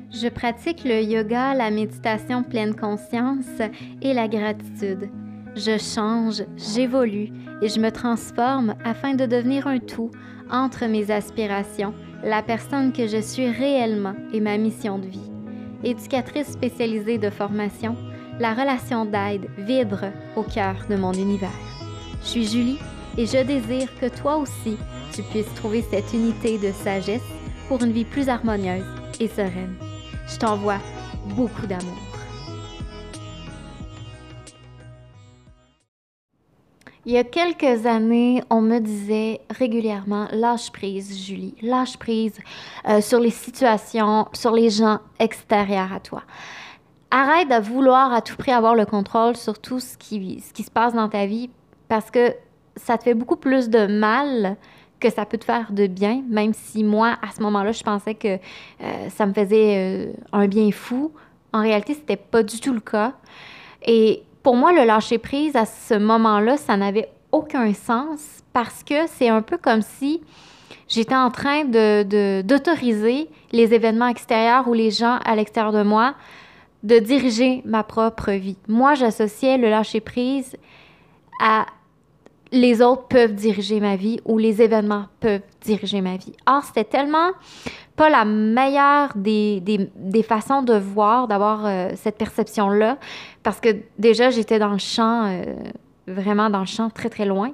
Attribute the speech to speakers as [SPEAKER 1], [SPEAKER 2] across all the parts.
[SPEAKER 1] Je pratique le yoga, la méditation pleine conscience et la gratitude. Je change, j'évolue et je me transforme afin de devenir un tout entre mes aspirations, la personne que je suis réellement et ma mission de vie. Éducatrice spécialisée de formation, la relation d'aide vibre au cœur de mon univers. Je suis Julie et je désire que toi aussi, tu puisses trouver cette unité de sagesse pour une vie plus harmonieuse et sereine. Je t'envoie beaucoup d'amour. Il y a quelques années, on me disait régulièrement « lâche prise, Julie, lâche prise sur les situations, sur les gens extérieurs à toi. Arrête de vouloir à tout prix avoir le contrôle sur tout ce qui se passe dans ta vie parce que ça te fait beaucoup plus de mal que ça peut te faire de bien, même si moi, à ce moment-là, je pensais que ça me faisait un bien fou. En réalité, c'était pas du tout le cas. Et pour moi, le lâcher-prise, à ce moment-là, ça n'avait aucun sens parce que c'est un peu comme si j'étais en train d'autoriser les événements extérieurs ou les gens à l'extérieur de moi de diriger ma propre vie. Moi, j'associais le lâcher-prise à les autres peuvent diriger ma vie ou les événements peuvent diriger ma vie. Or, c'était tellement pas la meilleure des façons de voir, d'avoir cette perception-là, parce que déjà, j'étais dans le champ, vraiment dans le champ, très, très loin.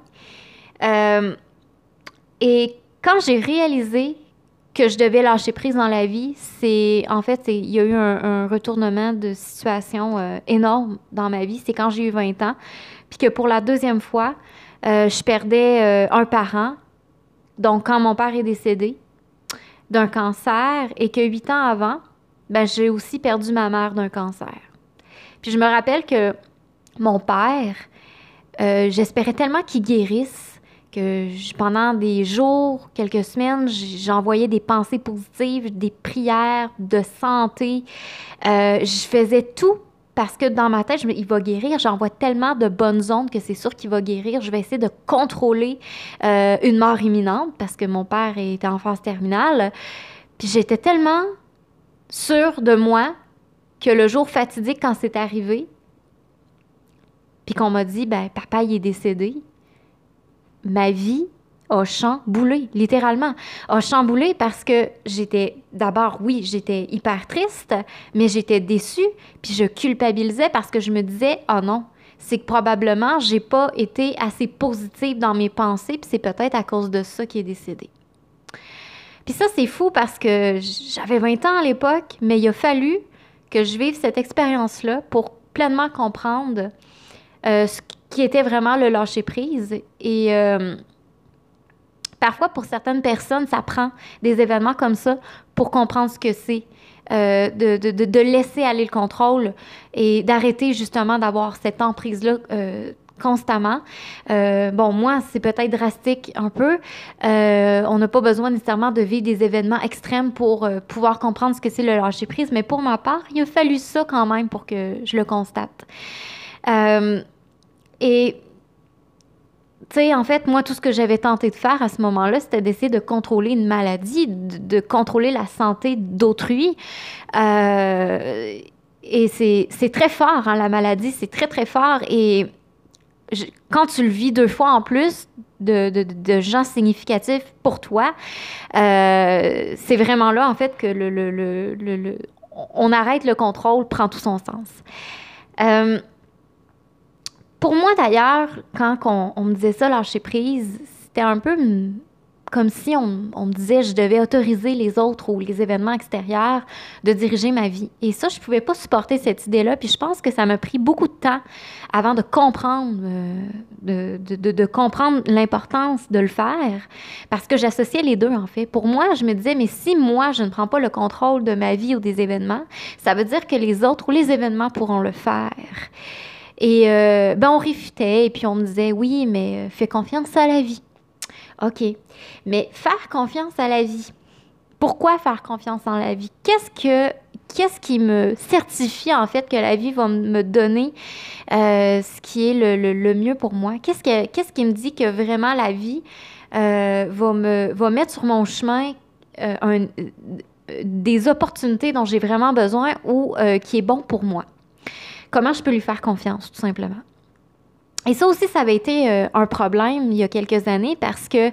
[SPEAKER 1] Et quand j'ai réalisé que je devais lâcher prise dans la vie, il y a eu un retournement de situation énorme dans ma vie. C'est quand j'ai eu 20 ans, puis que pour la deuxième fois, je perdais un parent. Donc, quand mon père est décédé d'un cancer et que 8 ans avant, j'ai aussi perdu ma mère d'un cancer. Puis je me rappelle que mon père, j'espérais tellement qu'il guérisse que pendant des jours, quelques semaines, j'envoyais des pensées positives, des prières de santé. Je faisais tout parce que dans ma tête, il va guérir. J'envoie tellement de bonnes ondes que c'est sûr qu'il va guérir. Je vais essayer de contrôler une mort imminente parce que mon père était en phase terminale. Puis j'étais tellement sûre de moi que le jour fatidique, quand c'est arrivé, puis qu'on m'a dit, papa, il est décédé, ma vie a chamboulé, littéralement. A chamboulé parce que j'étais hyper triste, mais j'étais déçue, puis je culpabilisais parce que je me disais, oh non, c'est que probablement, j'ai pas été assez positive dans mes pensées, puis c'est peut-être à cause de ça qu'il est décédé. Puis ça, c'est fou parce que j'avais 20 ans à l'époque, mais il a fallu que je vive cette expérience-là pour pleinement comprendre ce qui était vraiment le lâcher-prise. Et parfois, pour certaines personnes, ça prend des événements comme ça pour comprendre ce que c'est, de laisser aller le contrôle et d'arrêter justement d'avoir cette emprise-là constamment. Moi, c'est peut-être drastique un peu. On n'a pas besoin nécessairement de vivre des événements extrêmes pour pouvoir comprendre ce que c'est le lâcher-prise, mais pour ma part, il a fallu ça quand même pour que je le constate. Et tu sais, en fait, moi, tout ce que j'avais tenté de faire à ce moment-là, c'était d'essayer de contrôler une maladie, de contrôler la santé d'autrui. Et c'est très fort, hein, la maladie, c'est très, très fort. Et quand tu le vis 2 fois en plus de gens significatifs pour toi, c'est vraiment là, en fait, que on arrête le contrôle, prend tout son sens. Pour moi, d'ailleurs, quand on me disait ça, lâcher prise, c'était un peu comme si on me disait que je devais autoriser les autres ou les événements extérieurs de diriger ma vie. Et ça, je ne pouvais pas supporter cette idée-là. Puis je pense que ça m'a pris beaucoup de temps avant de comprendre, de comprendre l'importance de le faire, parce que j'associais les deux, en fait. Pour moi, je me disais, mais si moi, je ne prends pas le contrôle de ma vie ou des événements, ça veut dire que les autres ou les événements pourront le faire. Et on réfutait et puis on me disait, oui, mais fais confiance à la vie. OK, mais faire confiance à la vie, pourquoi faire confiance en la vie? Qu'est-ce qui me certifie en fait que la vie va me donner ce qui est le mieux pour moi? Qu'est-ce qui me dit que vraiment la vie va mettre sur mon chemin des opportunités dont j'ai vraiment besoin ou qui est bon pour moi. Comment je peux lui faire confiance, tout simplement. Et ça aussi, ça avait été un problème il y a quelques années parce que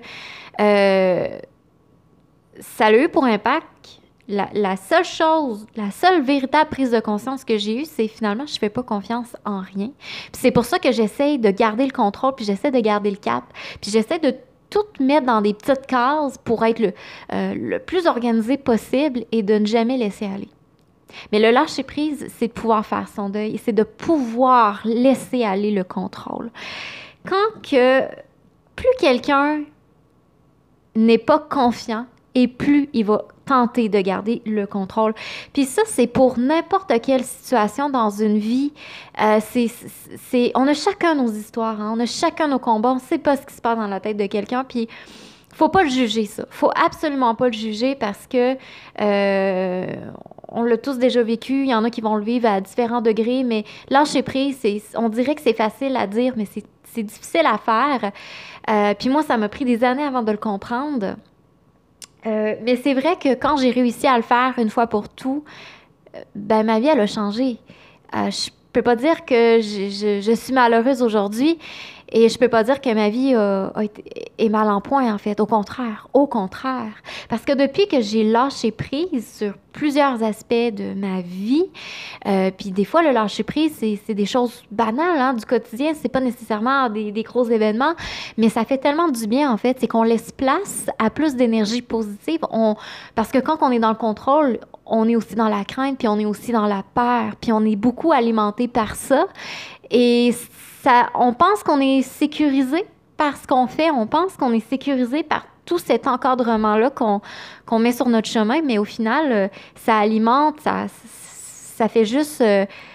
[SPEAKER 1] ça a eu pour impact, la seule chose, la seule véritable prise de conscience que j'ai eue, c'est finalement, je ne fais pas confiance en rien. Puis c'est pour ça que j'essaie de garder le contrôle, puis j'essaie de garder le cap, puis j'essaie de tout mettre dans des petites cases pour être le plus organisé possible et de ne jamais laisser aller. Mais le lâcher-prise, c'est de pouvoir faire son deuil et c'est de pouvoir laisser aller le contrôle. Quand que plus quelqu'un n'est pas confiant et plus il va tenter de garder le contrôle. Puis ça, c'est pour n'importe quelle situation dans une vie. On a chacun nos histoires, hein? On a chacun nos combats. On ne sait pas ce qui se passe dans la tête de quelqu'un. Puis faut pas le juger, ça. Faut absolument pas le juger parce que on l'a tous déjà vécu. Il y en a qui vont le vivre à différents degrés, mais lâcher prise, on dirait que c'est facile à dire, mais c'est difficile à faire. Puis moi, ça m'a pris des années avant de le comprendre. Mais c'est vrai que quand j'ai réussi à le faire une fois pour tout, ben ma vie, elle a changé. Je peux pas dire que je suis malheureuse aujourd'hui et je peux pas dire que ma vie est mal en point, en fait. Au contraire, au contraire. Parce que depuis que j'ai lâché prise sur plusieurs aspects de ma vie, puis des fois, le lâcher prise, c'est des choses banales, hein, du quotidien. C'est pas nécessairement des gros événements, mais ça fait tellement du bien, en fait. C'est qu'on laisse place à plus d'énergie positive. Parce que quand on est dans le contrôle, on est aussi dans la crainte, puis on est aussi dans la peur, puis on est beaucoup alimenté par ça. Et on pense qu'on est sécurisé par ce qu'on fait, on pense qu'on est sécurisé par tout cet encadrement-là qu'on met sur notre chemin, mais au final, ça alimente, ça fait juste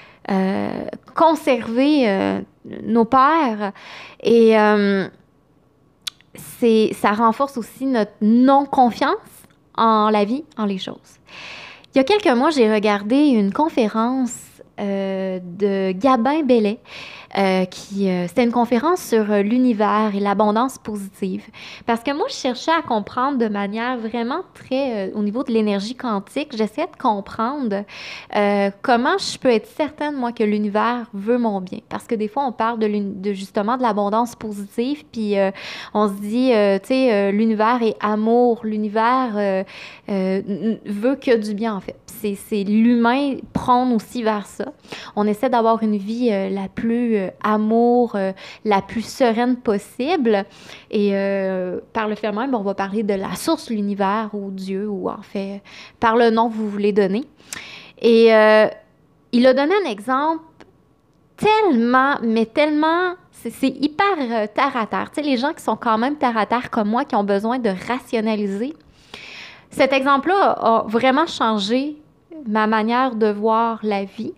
[SPEAKER 1] conserver nos peurs et ça renforce aussi notre non-confiance en la vie, en les choses. Il y a quelques mois, j'ai regardé une conférence de Gabin Bellet. C'était une conférence sur l'univers et l'abondance positive. Parce que moi, je cherchais à comprendre de manière vraiment très, au niveau de l'énergie quantique, j'essayais de comprendre comment je peux être certaine, moi, que l'univers veut mon bien. Parce que des fois, on parle justement de l'abondance positive, puis on se dit, tu sais, l'univers est amour, l'univers veut que du bien, en fait. C'est l'humain prône aussi vers ça. On essaie d'avoir une vie la plus amour, la plus sereine possible. Et par le fait même, on va parler de la source, l'univers ou Dieu, ou en fait, par le nom que vous voulez donner. Et il a donné un exemple mais tellement, c'est hyper terre à terre. Tu sais, les gens qui sont quand même terre à terre comme moi, qui ont besoin de rationaliser. Cet exemple-là a vraiment changé ma manière de voir la vie.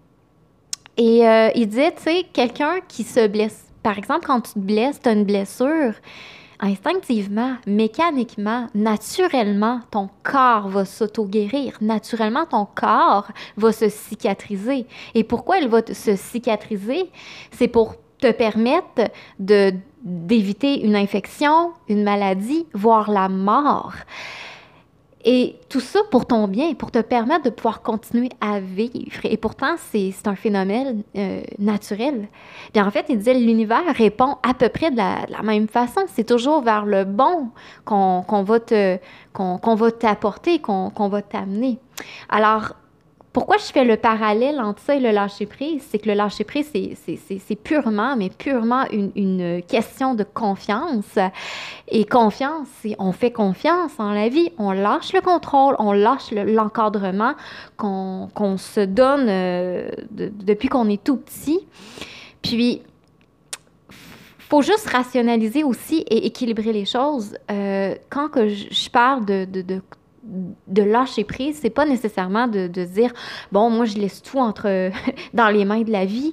[SPEAKER 1] Et il disait, tu sais, quelqu'un qui se blesse. Par exemple, quand tu te blesses, tu as une blessure, instinctivement, mécaniquement, naturellement, ton corps va s'auto-guérir. Naturellement, ton corps va se cicatriser. Et pourquoi il va se cicatriser? C'est pour te permettre d'éviter une infection, une maladie, voire la mort. Et tout ça pour ton bien, pour te permettre de pouvoir continuer à vivre. Et pourtant, c'est un phénomène naturel. Bien, en fait, il disait que l'univers répond à peu près de la même façon. C'est toujours vers le bon qu'on va t'apporter, qu'on va t'amener. Alors, pourquoi je fais le parallèle entre ça et le lâcher-prise? C'est que le lâcher-prise, c'est purement, mais purement une question de confiance. Et confiance, on fait confiance en la vie. On lâche le contrôle, on lâche l'encadrement qu'on se donne depuis qu'on est tout petit. Puis, faut juste rationaliser aussi et équilibrer les choses. Quand que je parle de lâcher prise, c'est pas nécessairement de dire bon, moi je laisse tout dans les mains de la vie,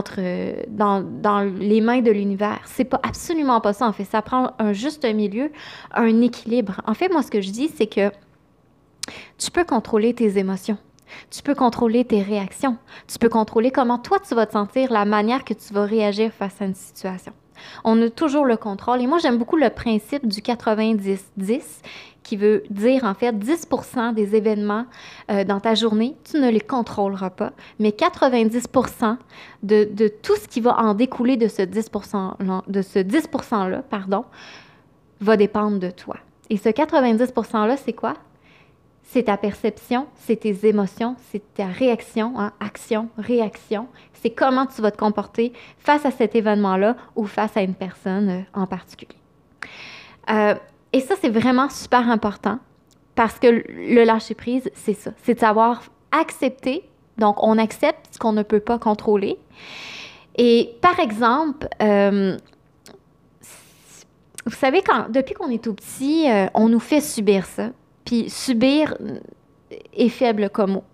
[SPEAKER 1] dans les mains de l'univers. C'est pas absolument pas ça, en fait. Ça prend un juste milieu, un équilibre. En fait, moi ce que je dis, c'est que tu peux contrôler tes émotions. Tu peux contrôler tes réactions. Tu peux contrôler comment toi tu vas te sentir, la manière que tu vas réagir face à une situation. On a toujours le contrôle. Et moi, j'aime beaucoup le principe du 90-10, qui veut dire, en fait, 10% des événements dans ta journée, tu ne les contrôleras pas, mais 90% de tout ce qui va en découler de ce 10%-là, pardon, va dépendre de toi. Et ce 90%-là, c'est quoi? C'est ta perception, c'est tes émotions, c'est ta réaction, hein, action, réaction. C'est comment tu vas te comporter face à cet événement-là ou face à une personne en particulier. Et ça, c'est vraiment super important parce que le lâcher-prise, c'est ça. C'est de savoir accepter. Donc, on accepte ce qu'on ne peut pas contrôler. Et par exemple, vous savez, depuis qu'on est tout petit, on nous fait subir ça. Puis subir est faible comme mot.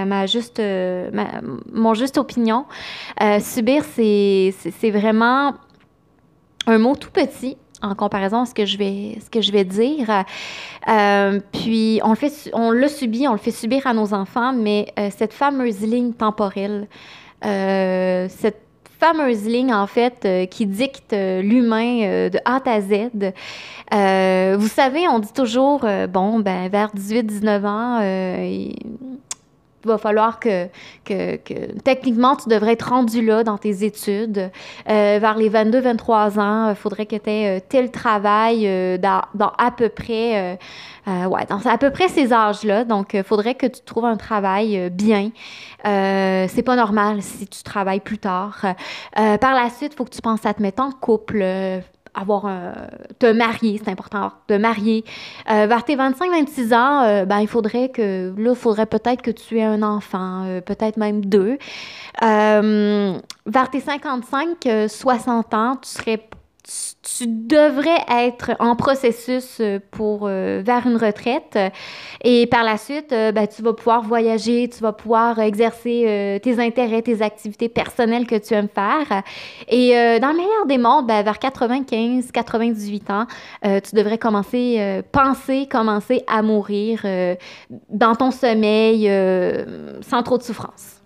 [SPEAKER 1] Mon juste opinion, subir, c'est vraiment un mot tout petit en comparaison à ce que je vais dire. Puis on l'a subi, on le fait subir à nos enfants, mais cette fameuse ligne temporelle, cette fameuse ligne, en fait, qui dicte l'humain de A à Z. Vous savez, on dit toujours, vers 18-19 ans, il va falloir que techniquement, tu devrais être rendu là dans tes études. Vers les 22-23 ans, il faudrait que tu aies tel travail dans à peu près... dans à peu près ces âges-là. Donc, il faudrait que tu trouves un travail bien. C'est pas normal si tu travailles plus tard. Par la suite, il faut que tu penses à te mettre en couple, te marier, c'est important, te marier. Vers tes 25-26 ans, il faudrait peut-être que tu aies un enfant, peut-être même deux. Vers tes 55-60 ans, tu devrais être en processus vers une retraite et par la suite, tu vas pouvoir voyager, tu vas pouvoir exercer tes intérêts, tes activités personnelles que tu aimes faire. Et dans le meilleur des mondes, vers 95-98 ans, tu devrais commencer à mourir dans ton sommeil sans trop de souffrance.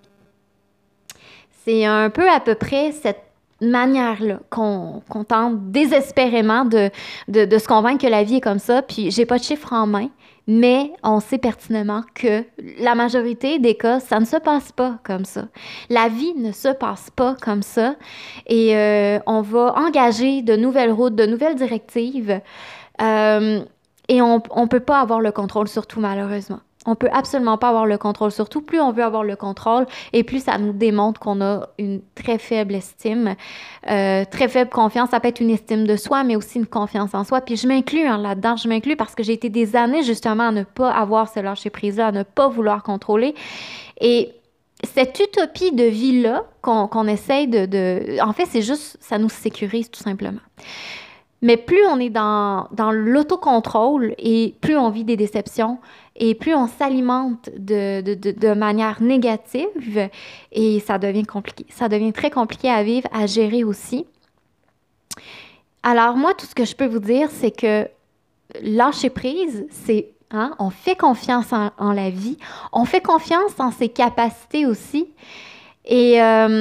[SPEAKER 1] C'est un peu à peu près cette manière-là qu'on tente désespérément de se convaincre que la vie est comme ça. Puis j'ai pas de chiffre en main, mais on sait pertinemment que la majorité des cas, ça ne se passe pas comme ça. La vie ne se passe pas comme ça. Et on va engager de nouvelles routes, de nouvelles directives. Et on peut pas avoir le contrôle sur tout, malheureusement. On peut absolument pas avoir le contrôle sur tout. Plus on veut avoir le contrôle, et plus ça nous démontre qu'on a une très faible estime, très faible confiance. Ça peut être une estime de soi, mais aussi une confiance en soi. Puis je m'inclus là-dedans. Je m'inclus parce que j'ai été des années justement à ne pas avoir ce lâcher-prise-là, à ne pas vouloir contrôler. Et cette utopie de vie-là qu'on essaye en fait, c'est juste, ça nous sécurise tout simplement. Mais plus on est dans l'autocontrôle et plus on vit des déceptions et plus on s'alimente de manière négative et ça devient compliqué. Ça devient très compliqué à vivre, à gérer aussi. Alors moi, tout ce que je peux vous dire, c'est que lâcher prise, c'est on fait confiance en la vie, on fait confiance en ses capacités aussi. Et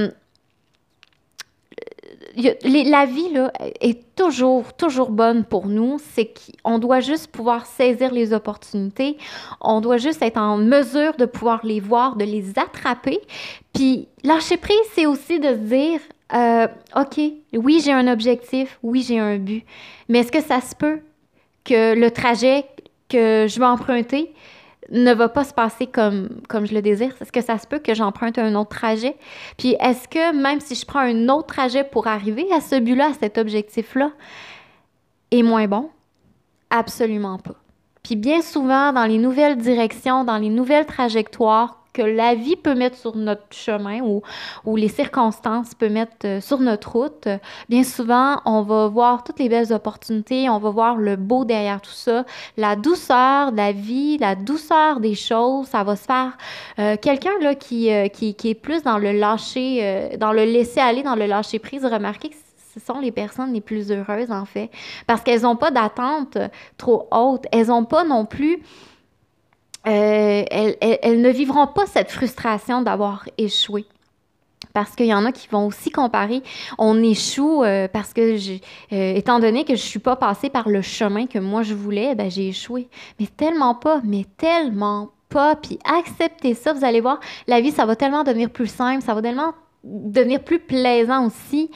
[SPEAKER 1] la vie là, est toujours bonne pour nous. C'est qu'on doit juste pouvoir saisir les opportunités. On doit juste être en mesure de pouvoir les voir, de les attraper. Puis lâcher prise, c'est aussi de se dire, OK, oui, j'ai un objectif, oui, j'ai un but. Mais est-ce que ça se peut que le trajet que je vais emprunter ne va pas se passer comme je le désire? Est-ce que ça se peut que j'emprunte un autre trajet? Puis est-ce que même si je prends un autre trajet pour arriver à ce but-là, à cet objectif-là, est moins bon? Absolument pas. Puis bien souvent, dans les nouvelles directions, dans les nouvelles trajectoires que la vie peut mettre sur notre chemin ou les circonstances peuvent mettre sur notre route, bien souvent, on va voir toutes les belles opportunités, on va voir le beau derrière tout ça, la douceur de la vie, la douceur des choses, ça va se faire. Quelqu'un là qui est plus dans le lâcher, dans le laisser aller, dans le lâcher prise, remarquez que ce sont les personnes les plus heureuses, en fait, parce qu'elles n'ont pas d'attente trop haute, elles n'ont pas non plus... elles ne vivront pas cette frustration d'avoir échoué. Parce qu'il y en a qui vont aussi comparer. On échoue parce que, étant donné que je ne suis pas passée par le chemin que moi je voulais, ben, j'ai échoué. Mais tellement pas, mais tellement pas. Puis accepter ça, vous allez voir, la vie, ça va tellement devenir plus simple, ça va tellement devenir plus plaisant aussi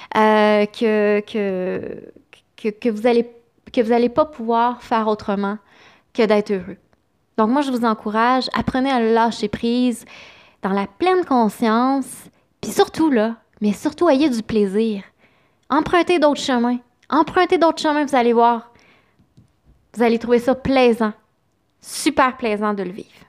[SPEAKER 1] que vous allez pas pouvoir faire autrement que d'être heureux. Donc moi, je vous encourage, apprenez à lâcher prise dans la pleine conscience, puis surtout là, mais surtout ayez du plaisir. Empruntez d'autres chemins. Empruntez d'autres chemins, vous allez voir. Vous allez trouver ça plaisant. Super plaisant de le vivre.